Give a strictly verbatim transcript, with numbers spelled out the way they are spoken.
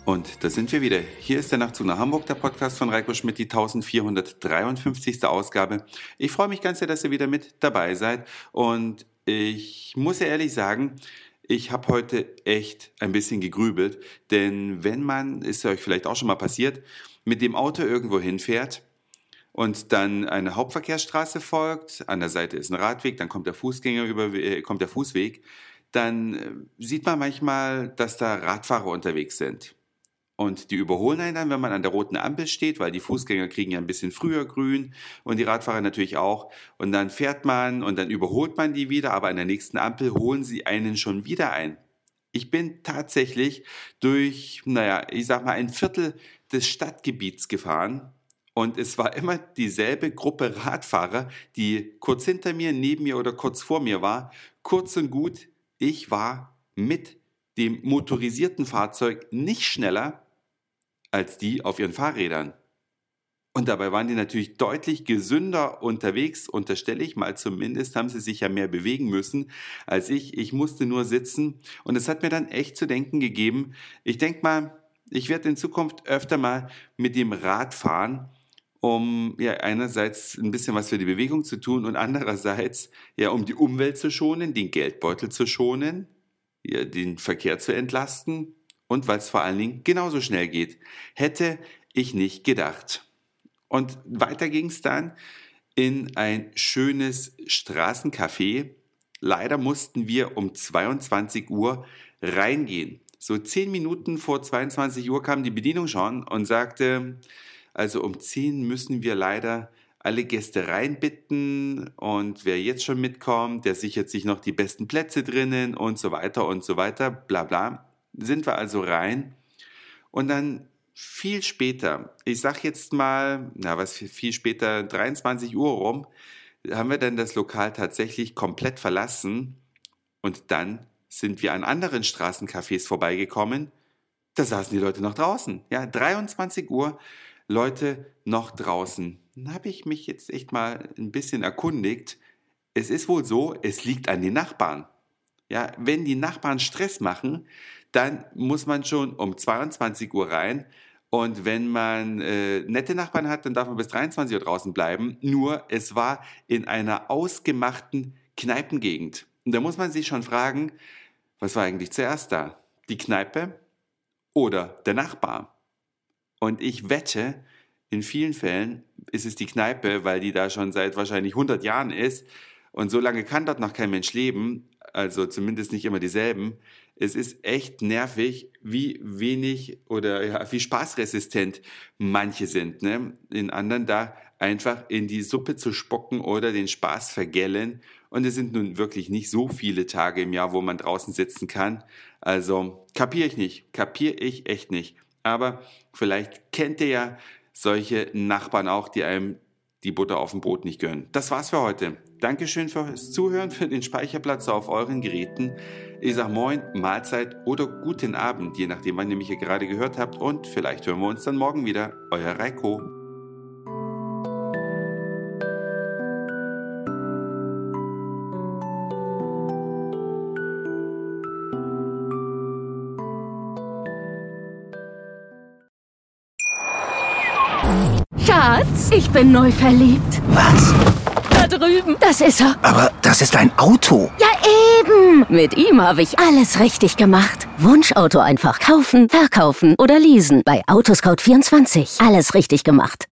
Und da sind wir wieder. Hier ist der Nachtzug nach Hamburg, der Podcast von Reiko Schmidt, die eintausendvierhundertdreiundfünfzigste Ausgabe. Ich freue mich ganz sehr, dass ihr wieder mit dabei seid. Und ich muss ja ehrlich sagen, ich habe heute echt ein bisschen gegrübelt. Denn wenn man, ist ja euch vielleicht auch schon mal passiert, mit dem Auto irgendwo hinfährt und dann eine Hauptverkehrsstraße folgt, an der Seite ist ein Radweg, dann kommt der Fußgänger über, äh, kommt der Fußweg, dann äh, sieht man manchmal, dass da Radfahrer unterwegs sind. Und die überholen einen dann, wenn man an der roten Ampel steht, weil die Fußgänger kriegen ja ein bisschen früher grün und die Radfahrer natürlich auch. Und dann fährt man und dann überholt man die wieder, aber an der nächsten Ampel holen sie einen schon wieder ein. Ich bin tatsächlich durch, naja, ich sag mal, ein Viertel des Stadtgebiets gefahren und es war immer dieselbe Gruppe Radfahrer, die kurz hinter mir, neben mir oder kurz vor mir war. Kurz und gut, ich war mit dem motorisierten Fahrzeug nicht schneller als die auf ihren Fahrrädern. Und dabei waren die natürlich deutlich gesünder unterwegs, unterstelle ich mal zumindest, haben sie sich ja mehr bewegen müssen als ich. Ich musste nur sitzen und es hat mir dann echt zu denken gegeben. Ich denke mal, ich werde in Zukunft öfter mal mit dem Rad fahren, um ja einerseits ein bisschen was für die Bewegung zu tun und andererseits ja um die Umwelt zu schonen, den Geldbeutel zu schonen, ja, den Verkehr zu entlasten. Und weil es vor allen Dingen genauso schnell geht. Hätte ich nicht gedacht. Und weiter ging es dann in ein schönes Straßencafé. Leider mussten wir um zweiundzwanzig Uhr reingehen. So zehn Minuten vor zweiundzwanzig Uhr kam die Bedienung schon und sagte, also um zehn müssen wir leider alle Gäste reinbitten und wer jetzt schon mitkommt, der sichert sich noch die besten Plätze drinnen und so weiter und so weiter, bla bla. Sind wir also rein und dann viel später, ich sag jetzt mal, na was viel später, dreiundzwanzig Uhr rum, haben wir dann das Lokal tatsächlich komplett verlassen und dann sind wir an anderen Straßencafés vorbeigekommen, da saßen die Leute noch draußen, ja, dreiundzwanzig Uhr, Leute noch draußen. Dann habe ich mich jetzt echt mal ein bisschen erkundigt, es ist wohl so, es liegt an den Nachbarn. Ja, wenn die Nachbarn Stress machen, dann muss man schon um zweiundzwanzig Uhr rein und wenn man äh, nette Nachbarn hat, dann darf man bis dreiundzwanzig Uhr draußen bleiben. Nur es war in einer ausgemachten Kneipengegend. Und da muss man sich schon fragen, was war eigentlich zuerst da? Die Kneipe oder der Nachbar? Und ich wette, in vielen Fällen ist es die Kneipe, weil die da schon seit wahrscheinlich hundert Jahren ist und so lange kann dort noch kein Mensch leben. Also zumindest nicht immer dieselben. Es ist echt nervig, wie wenig oder ja, wie spaßresistent manche sind. Ne? In anderen da einfach in die Suppe zu spucken oder den Spaß vergällen. Und es sind nun wirklich nicht so viele Tage im Jahr, wo man draußen sitzen kann. Also kapiere ich nicht, kapiere ich echt nicht. Aber vielleicht kennt ihr ja solche Nachbarn auch, die einem die Butter auf dem Brot nicht gönnen. Das war's für heute. Dankeschön fürs Zuhören, für den Speicherplatz auf euren Geräten. Ich sag Moin, Mahlzeit oder guten Abend, je nachdem, wann ihr mich hier gerade gehört habt. Und vielleicht hören wir uns dann morgen wieder. Euer Reiko. Schatz, ich bin neu verliebt. Was? Da drüben. Das ist er. Aber das ist ein Auto. Ja, eben. Mit ihm habe ich alles richtig gemacht. Wunschauto einfach kaufen, verkaufen oder leasen. Bei Autoscout vierundzwanzig. Alles richtig gemacht.